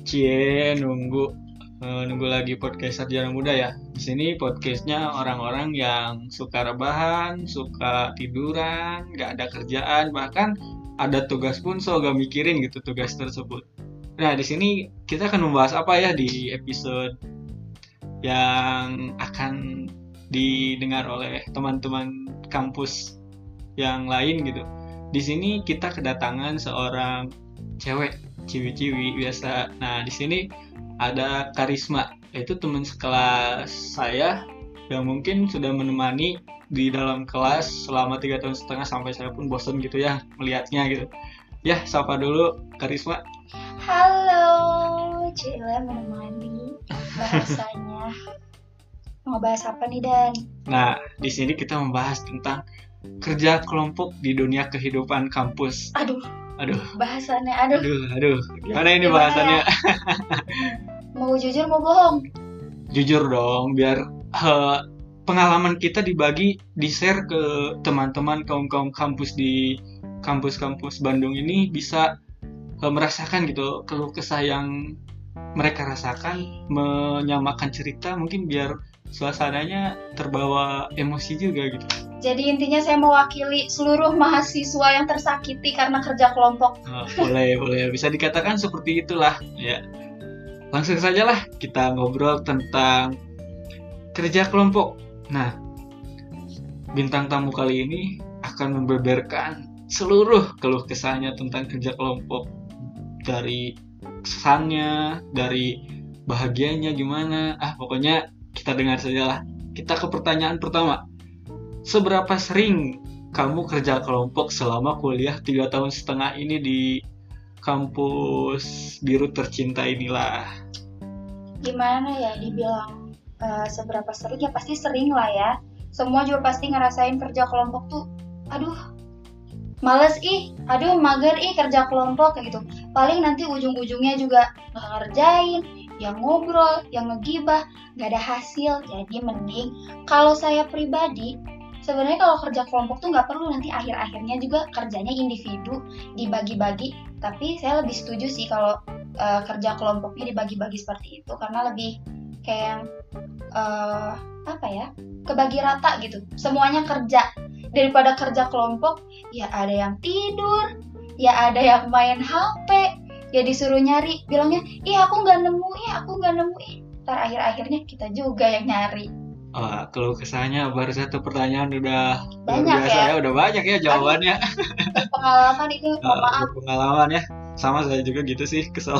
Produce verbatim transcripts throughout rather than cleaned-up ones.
Cie nunggu eh, nunggu lagi podcast Sarjana Muda ya. Di sini podcastnya orang-orang yang suka rebahan, suka tiduran, nggak ada kerjaan, bahkan ada tugas pun so gak mikirin gitu tugas tersebut. Nah, di sini kita akan membahas apa ya di episode yang akan didengar oleh teman-teman kampus yang lain gitu. Di sini kita kedatangan seorang cewek, ciwi-ciwi biasa. Nah, di sini ada Karisma, yaitu teman sekelas saya yang mungkin sudah menemani di dalam kelas selama tiga tahun setengah sampai saya pun bosan gitu ya melihatnya gitu. Ya, sapa dulu Karisma. Halo, Cila menemani bahasanya. Mau bahas apa nih, Dan? Nah, di sini kita membahas tentang kerja kelompok di dunia kehidupan kampus. Aduh, Aduh, bahasannya, aduh. aduh, aduh. Gimana ini Gimana bahasannya? Mau jujur, mau bohong? Jujur dong, biar eh, pengalaman kita dibagi, di-share ke teman-teman kaum-kaum kampus di kampus-kampus Bandung ini bisa eh, merasakan gitu keluh kesah yang mereka rasakan, menyamakan cerita, mungkin biar suasananya terbawa emosi juga gitu. Jadi intinya saya mewakili seluruh mahasiswa yang tersakiti karena kerja kelompok. Oh, boleh, boleh. Bisa dikatakan seperti itulah. Ya, langsung saja lah kita ngobrol tentang kerja kelompok. Nah, bintang tamu kali ini akan membeberkan seluruh keluh kesahnya tentang kerja kelompok. Dari kesannya, dari bahagianya gimana. Ah, pokoknya kita dengar saja lah. Kita ke pertanyaan pertama. Seberapa sering kamu kerja kelompok selama kuliah tiga tahun setengah ini di kampus biru tercinta inilah? Gimana ya dibilang uh, seberapa sering? Ya pasti sering lah ya. Semua juga pasti ngerasain kerja kelompok tuh. Aduh, males ih, aduh mager ih kerja kelompok kayak gitu. Paling nanti ujung-ujungnya juga nggak ngerjain, yang ngobrol, yang ngegibah, nggak ada hasil. Jadi mending kalau saya pribadi, sebenarnya kalau kerja kelompok tuh nggak perlu nanti akhir-akhirnya juga kerjanya individu dibagi-bagi. Tapi saya lebih setuju sih kalau uh, kerja kelompoknya dibagi-bagi seperti itu karena lebih kayak yang uh, apa ya, kebagi rata gitu. Semuanya kerja. Daripada kerja kelompok, ya ada yang tidur, ya ada yang main H P, ya disuruh nyari, bilangnya, ih aku nggak nemu, ih aku nggak nemu, ih. Ntar akhir-akhirnya kita juga yang nyari. Oh, kalau kesahnya baru satu pertanyaan udah Banyak luar biasa ya? ya, udah banyak ya jawabannya. Pengalaman itu, mohon Oh, maaf. pengalaman ya, sama saya juga gitu sih kesel.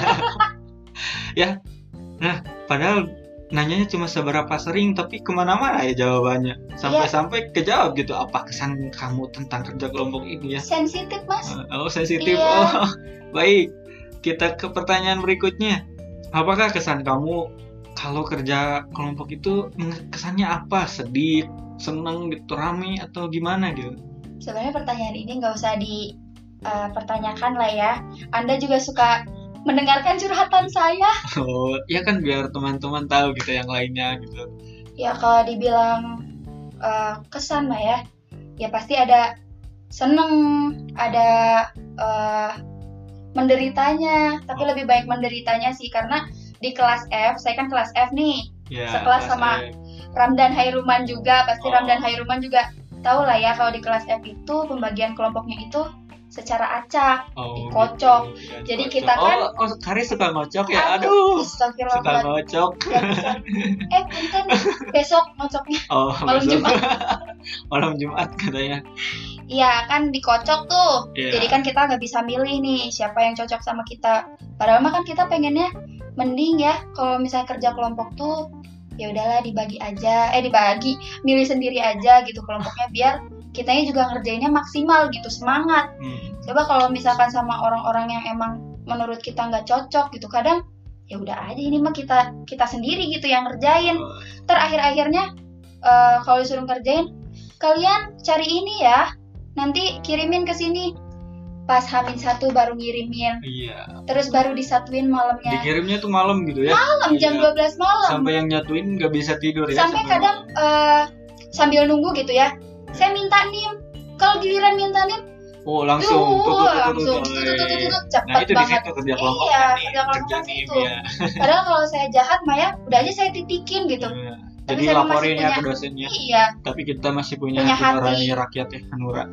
Ya, nah padahal nanyanya cuma seberapa sering, tapi kemana-mana ya jawabannya. Sampai-sampai kejawab gitu. Apa kesan kamu tentang kerja kelompok ini ya? Sensitif, Mas. Oh, sensitif. Iya. Oh, baik. Kita ke pertanyaan berikutnya. Apakah kesan kamu kalau kerja kelompok itu kesannya apa? Sedih, seneng, gitu, rame, atau gimana gitu? Sebenarnya pertanyaan ini nggak usah dipertanyakan lah ya. Anda juga suka mendengarkan curhatan saya. Oh, ya kan biar teman-teman tahu gitu yang lainnya gitu. Ya kalau dibilang uh, kesan lah ya, ya pasti ada seneng, ada uh, menderitanya, tapi lebih baik menderitanya sih karena di kelas F, saya kan kelas F nih, Ya, sekelas kelas sama F. Ramdan Hairuman juga, pasti Oh. Ramdan Hairuman juga tahu lah ya kalau di kelas F itu pembagian kelompoknya itu secara acak, Oh, dikocok. gitu. Jadi Kocok. kita kan, oh, oh Karis suka ngocok ya, aduh, astagfirullah, suka ngocok. nggak bisa. Eh punten nih, besok ngocoknya Oh, malam besok. Jumat. Malam Jumat katanya. Iya kan dikocok tuh. Iya. Jadi kan kita nggak bisa milih nih siapa yang cocok sama kita. Padahal mah kan kita pengennya mending ya kalau misalnya kerja kelompok tuh ya udahlah dibagi aja, eh dibagi, milih sendiri aja gitu kelompoknya biar kitanya juga ngerjainnya maksimal gitu, semangat. Hmm. Coba kalau misalkan sama orang-orang yang emang menurut kita nggak cocok gitu, kadang ya udah aja ini mah kita kita sendiri gitu yang ngerjain. Oh, Ter akhir-akhirnya uh, kalau disuruh ngerjain, kalian cari ini ya, nanti kirimin ke sini. Pas Hamin satu baru ngirimin, iya. terus baru disatuin malamnya. Dikirimnya tuh malam gitu ya. Malam jam Iya. dua belas malam. Sampai yang nyatuin nggak bisa tidur ya. Sampai kadang uh, sambil nunggu gitu ya. Saya minta nim. Kalau giliran minta nim, Oh langsung Yuh, tutut tutut langsung tutut. tutut tutut tutut Nah cepet itu di banget. situ kerja kelompok Iya, kan nih, kerja kelompok kerja kan tim itu. ya. Padahal kalau saya jahat mah ya udah aja saya titikin gitu. Iya. Tapi Jadi saya masih laporin ya punya- ke dosennya. Iya, Tapi kita masih punya, Punya hati hati. nurani rakyat ya, Hanura.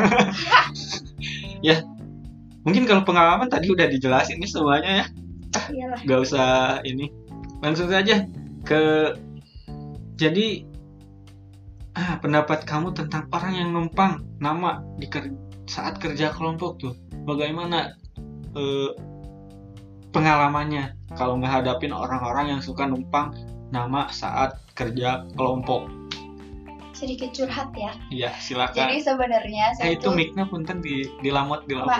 iya. Mungkin kalau pengalaman tadi udah dijelasin nih semuanya ya. Iyalah. Gak usah ini. Langsung saja ke jadi ah, pendapat kamu tentang orang yang numpang nama di ker- saat kerja kelompok tuh. Bagaimana eh, pengalamannya kalau ngehadapin orang-orang yang suka numpang nama saat kerja kelompok? Sedikit curhat ya. Iya, silakan. Jadi sebenarnya Eh saya itu tuh mic-nya punten di dilamot dilamot. Wah.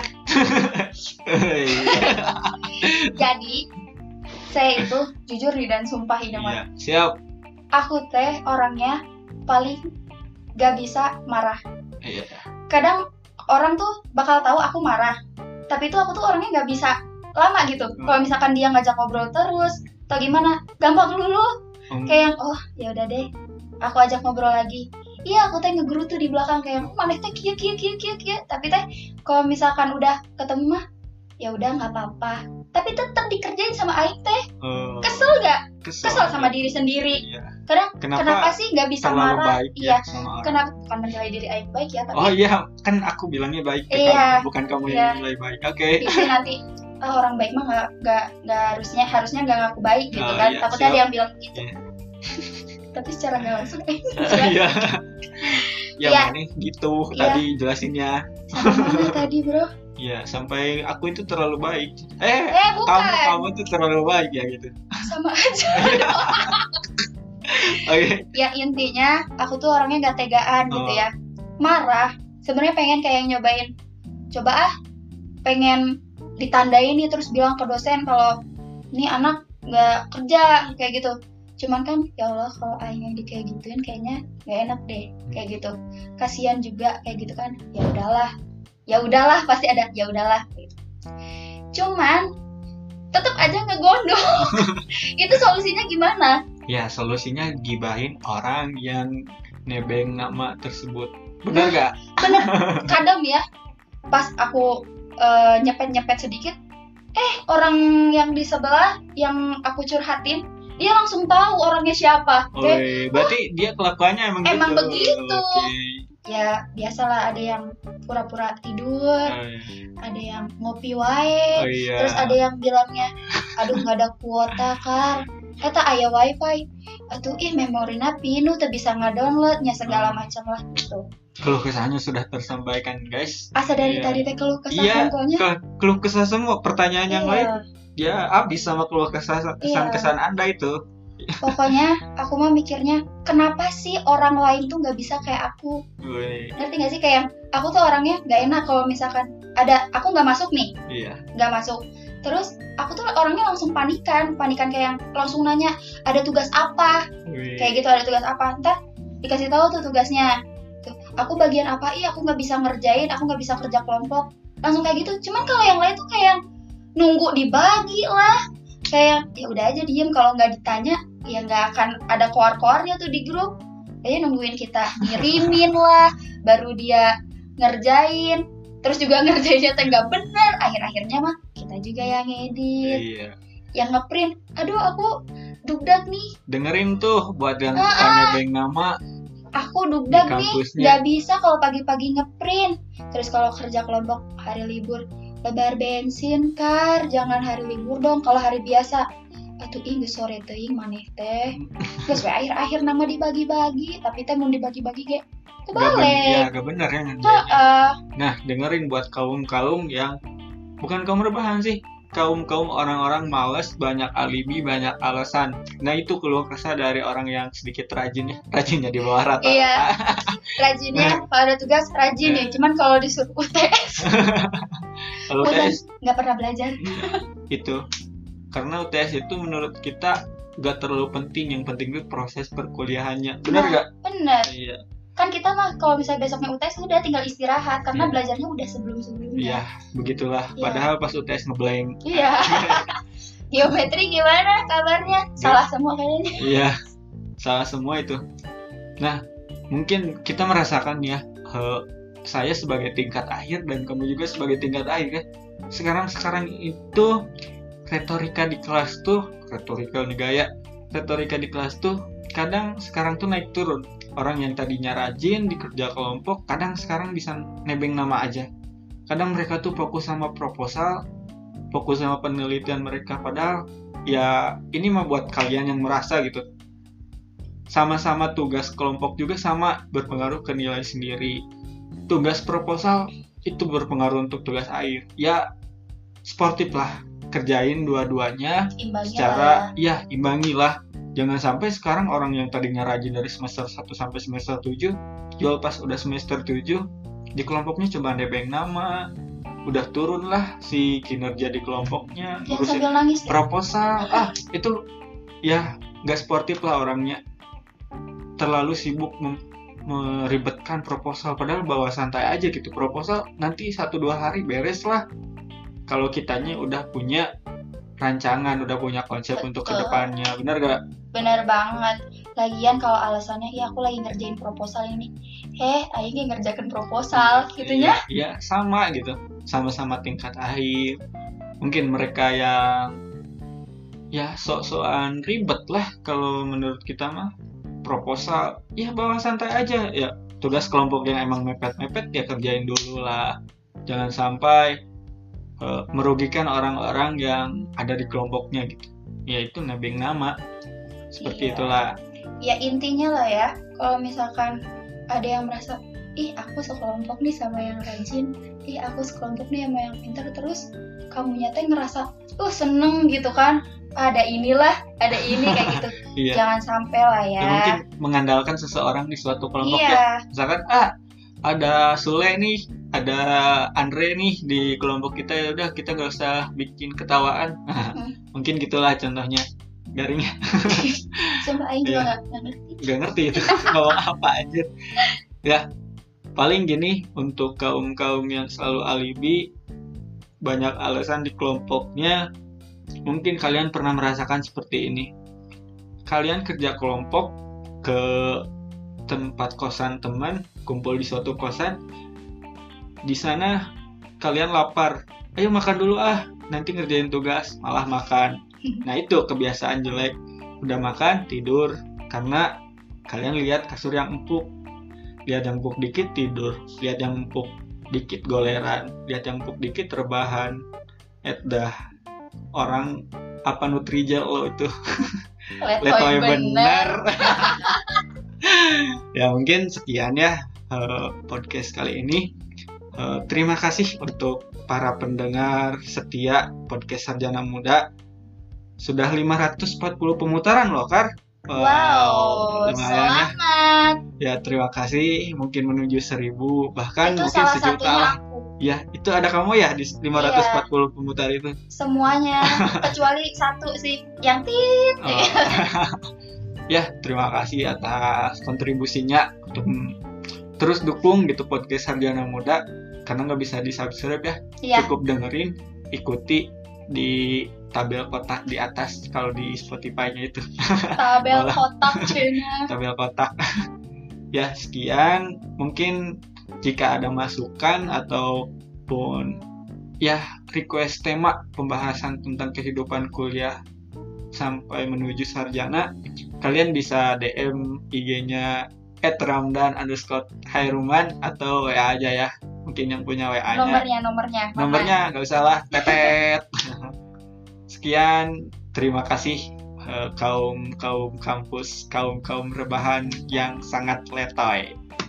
jadi saya itu jujur nih dan sumpah ini mah. Iya, siap. Aku teh orangnya paling gak bisa marah. Iya. Kadang orang tuh bakal tahu aku marah, tapi itu aku tuh orangnya gak bisa lama gitu. Hmm. Kalau misalkan dia ngajak ngobrol terus atau gimana, gampang dulu. Hmm. Kayak yang, oh ya udah deh, aku ajak ngobrol lagi. Iya, aku teh ngegerutu di belakang kayak, mana teh kia kia kia kia kia. Tapi teh kalau misalkan udah ketemu mah, ya udah nggak apa-apa. Tapi tetap dikerjain sama Aing teh. Eh, Kesel gak? kesel, Kesel sama diri sendiri. Iya. Kadang Kenapa, kenapa sih nggak bisa terlalu marah? baik Iya. ya sama orang? Kenapa bukan menilai diri Aing baik ya, tapi Oh iya, kan aku bilangnya baik ke Iya, kamu, bukan kamu iya. yang nilai baik. Oke. bisa nanti ah, orang baik mah nggak nggak nggak harusnya harusnya nggak ngaku baik gitu Oh, kan. iya, Takutnya siap. ada yang bilang gitu. Iya. Tapi secara nggak langsung eh Iya. Ya Iya. mana gitu Iya. tadi jelasinnya. sampai mana tadi bro? Iya, sampai aku itu terlalu baik. Eh, Eh bukan, kamu kamu tuh terlalu baik ya gitu. sama aja. Oke. Ya intinya aku tuh orangnya nggak tegaan gitu Oh. ya. Marah sebenarnya pengen kayak yang nyobain, coba ah pengen ditandain nih terus bilang ke dosen kalau ini anak nggak kerja kayak gitu. Cuman kan ya Allah kalau Aing yang di kayak gituin kayaknya nggak enak deh kayak gitu. Kasihan juga kayak gitu kan. Ya udahlah, ya udahlah pasti ada ya udahlah. Gitu. Cuman tetap aja ngegondol. Itu solusinya gimana? Ya, solusinya gibahin orang yang nebeng nama tersebut. Benar gak? Bener, kadang ya pas aku eh, nyepet-nyepet sedikit, eh orang yang di sebelah yang aku curhatin dia langsung tahu orangnya siapa. Kayak, Oke, berarti dia kelakuannya emang, Emang gitu. begitu. Oke. ya biasalah ada yang pura-pura tidur, Oh, iya. ada yang ngopi wae, Oh, iya. terus ada yang bilangnya, aduh nggak ada kuota kar, kata aya wifi, atuh ih memorina pinu tuh bisa ngedownloadnya segala macam lah gitu. Keluh kesahnya sudah tersampaikan, guys. Asa dari Iya. tadi teh keluh kesah Iya, pokoknya. ke- keluh kesah semua. Pertanyaan yang Iya. lain, dia habis sama keluh kesah kesan-kesan Anda itu. Pokoknya aku mah mikirnya kenapa sih orang lain tuh nggak bisa kayak aku, Wih, ngerti nggak sih? Kayak aku tuh orangnya nggak enak kalau misalkan ada aku nggak masuk nih, iya. nggak masuk, terus aku tuh orangnya langsung panikan panikan kayak yang langsung nanya ada tugas apa Wih. kayak gitu, ada tugas apa, ntar dikasih tahu tuh tugasnya, tuh, aku bagian apa, ih aku nggak bisa ngerjain, aku nggak bisa kerja kelompok, langsung kayak gitu. Cuman kalau yang lain tuh kayak yang nunggu dibagi lah, kayak ya udah aja diem, kalau nggak ditanya ya nggak akan ada koar-koarnya tuh di grup, kayaknya nungguin kita ngirimin lah baru dia ngerjain, terus juga ngerjainnya teh nggak bener, akhir-akhirnya mah kita juga yang ngedit, Iya. yang ngeprint. Aduh aku dugdag nih, Dengerin tuh buat yang Ah, suka ah. nebeng nama. aku dugdag Di nih, kampusnya. nggak bisa kalau pagi-pagi ngeprint, terus kalau kerja kelompok hari libur lebar bensin kar, jangan hari libur dong, kalau hari biasa atuh ih geus sore teuing maneh teh geus we akhir-akhir nama dibagi-bagi, tapi teh mun dibagi-bagi ge Gak ben- ya, kebalik. gak bener ya ngerjainnya. Heeh. Nah, dengerin buat kaum-kaum yang bukan kaum rebahan sih, kaum-kaum orang-orang malas, banyak alibi, banyak alasan. Nah, itu keluh kesah dari orang yang sedikit rajin ya. Rajinnya di bawah rata. Iya. Rajinnya kalau ada tugas rajin ya, cuman kalau disuruh U T S Kalau U T S nggak pernah belajar. itu karena U T S itu menurut kita gak terlalu penting, yang penting itu proses perkuliahannya. Benar Nah, gak? Bener. Iya. Kan kita mah kalau misalnya besoknya U T S udah tinggal istirahat karena Iya. belajarnya udah sebelum-sebelumnya. Iya, begitulah. Iya. Padahal pas U T S ngeblank. Iya. Geometri gimana kabarnya? Salah semua kayaknya. Iya, salah semua itu. Nah, mungkin kita merasakan ya, eh, saya sebagai tingkat akhir dan kamu juga sebagai tingkat akhir ya. Sekarang sekarang itu retorika di kelas tuh, retorika nih gaya, retorika di kelas tuh kadang sekarang tuh naik turun. Orang yang tadinya rajin di kerja kelompok, kadang sekarang bisa nebeng nama aja. Kadang mereka tuh fokus sama proposal, fokus sama penelitian mereka, padahal ya ini mah buat kalian yang merasa gitu. Sama-sama tugas kelompok juga sama berpengaruh ke nilai sendiri. Tugas proposal itu berpengaruh untuk tugas akhir. Ya sportif lah, kerjain dua-duanya Imbangi secara lah. ya imbangilah. Jangan sampai sekarang orang yang tadinya rajin dari semester satu sampai semester tujuh, jual pas udah semester tujuh, di kelompoknya cuma nebeng nama, udah turun lah si kinerja di kelompoknya, Yang ngurusin sambil nangis ya? proposal, ah itu ya nggak sportif lah orangnya, terlalu sibuk mem- meribetkan proposal, padahal bawa santai aja gitu, proposal nanti satu dua hari beres lah, kalau kitanya udah punya rancangan, udah punya konsep Betul. untuk kedepannya, benar gak? Bener banget. Lagian kalau alasannya, ya aku lagi ngerjain proposal ini. Eh, aing ge ngerjakan proposal gitu ya. Iya, sama gitu. Sama-sama tingkat akhir. Mungkin mereka yang ya sok-sokan ribet lah kalau menurut kita mah. Proposal, ya bawa santai aja. Ya, tugas kelompok yang emang mepet-mepet ya kerjain dulu lah. Jangan sampai uh, merugikan orang-orang yang ada di kelompoknya gitu. Yaitu nebeng nama. Seperti Iya. itulah. Ya intinya lah ya, kalau misalkan ada yang merasa, ih aku sekelompok nih sama yang rajin, ih aku sekelompok nih sama yang pintar, terus kamu nyata ngerasa, uh seneng gitu kan, ada inilah, ada ini kayak gitu. Iya. Jangan sampai lah ya. Ya, mungkin mengandalkan seseorang di suatu kelompok Iya. ya. Misalkan ah ada Sule nih, ada Andre nih di kelompok kita, ya udah kita gak usah bikin ketawaan. Hmm. Mungkin gitulah contohnya. Garingnya Sumpah aing juga Iya. nggak nggak ngerti. gak ngerti itu ngomong apa aja. Ya paling gini, untuk kaum-kaum yang selalu alibi, banyak alasan di kelompoknya. Mungkin kalian pernah merasakan seperti ini. Kalian kerja kelompok ke tempat kosan teman, kumpul di suatu kosan. Di sana kalian lapar, ayo makan dulu ah, nanti ngerjain tugas, malah makan. Nah itu kebiasaan jelek. Udah makan, tidur, karena kalian lihat kasur yang empuk, lihat yang empuk dikit tidur, lihat yang empuk dikit goleran, lihat yang empuk dikit rebahan. Edah orang apa nutrijel lo itu letoy bener. Ya mungkin sekian ya uh, podcast kali ini. Uh, terima kasih untuk para pendengar setia podcast Sarjana Muda. Sudah lima ratus empat puluh pemutaran loh, Kar. Wow, lumayan ya. selamat. Ya terima kasih, mungkin menuju seribu, bahkan Itu mungkin salah sejuta satunya lah. aku. Ya itu ada kamu ya di lima ratus empat puluh pemutar itu. Semuanya kecuali satu sih yang tit. Oh. Ya terima kasih atas kontribusinya untuk terus dukung gitu podcast Sarjana Muda, karena nggak bisa di subscribe ya. Iya. Cukup dengerin, ikuti di tabel kotak di atas kalau di Spotify-nya itu. Tabel Malah. kotak cina. Tabel kotak. Ya sekian, mungkin jika ada masukan ataupun ya request tema pembahasan tentang kehidupan kuliah sampai menuju sarjana, kalian bisa D M I G-nya et ramdan underscore hairuman atau W A aja ya, mungkin yang punya W A-nya. Nomornya, nomornya. Mana? Nomornya nggak usah lah, tetet. Sekian, terima kasih uh, kaum kaum kampus, kaum kaum rebahan yang sangat letoy.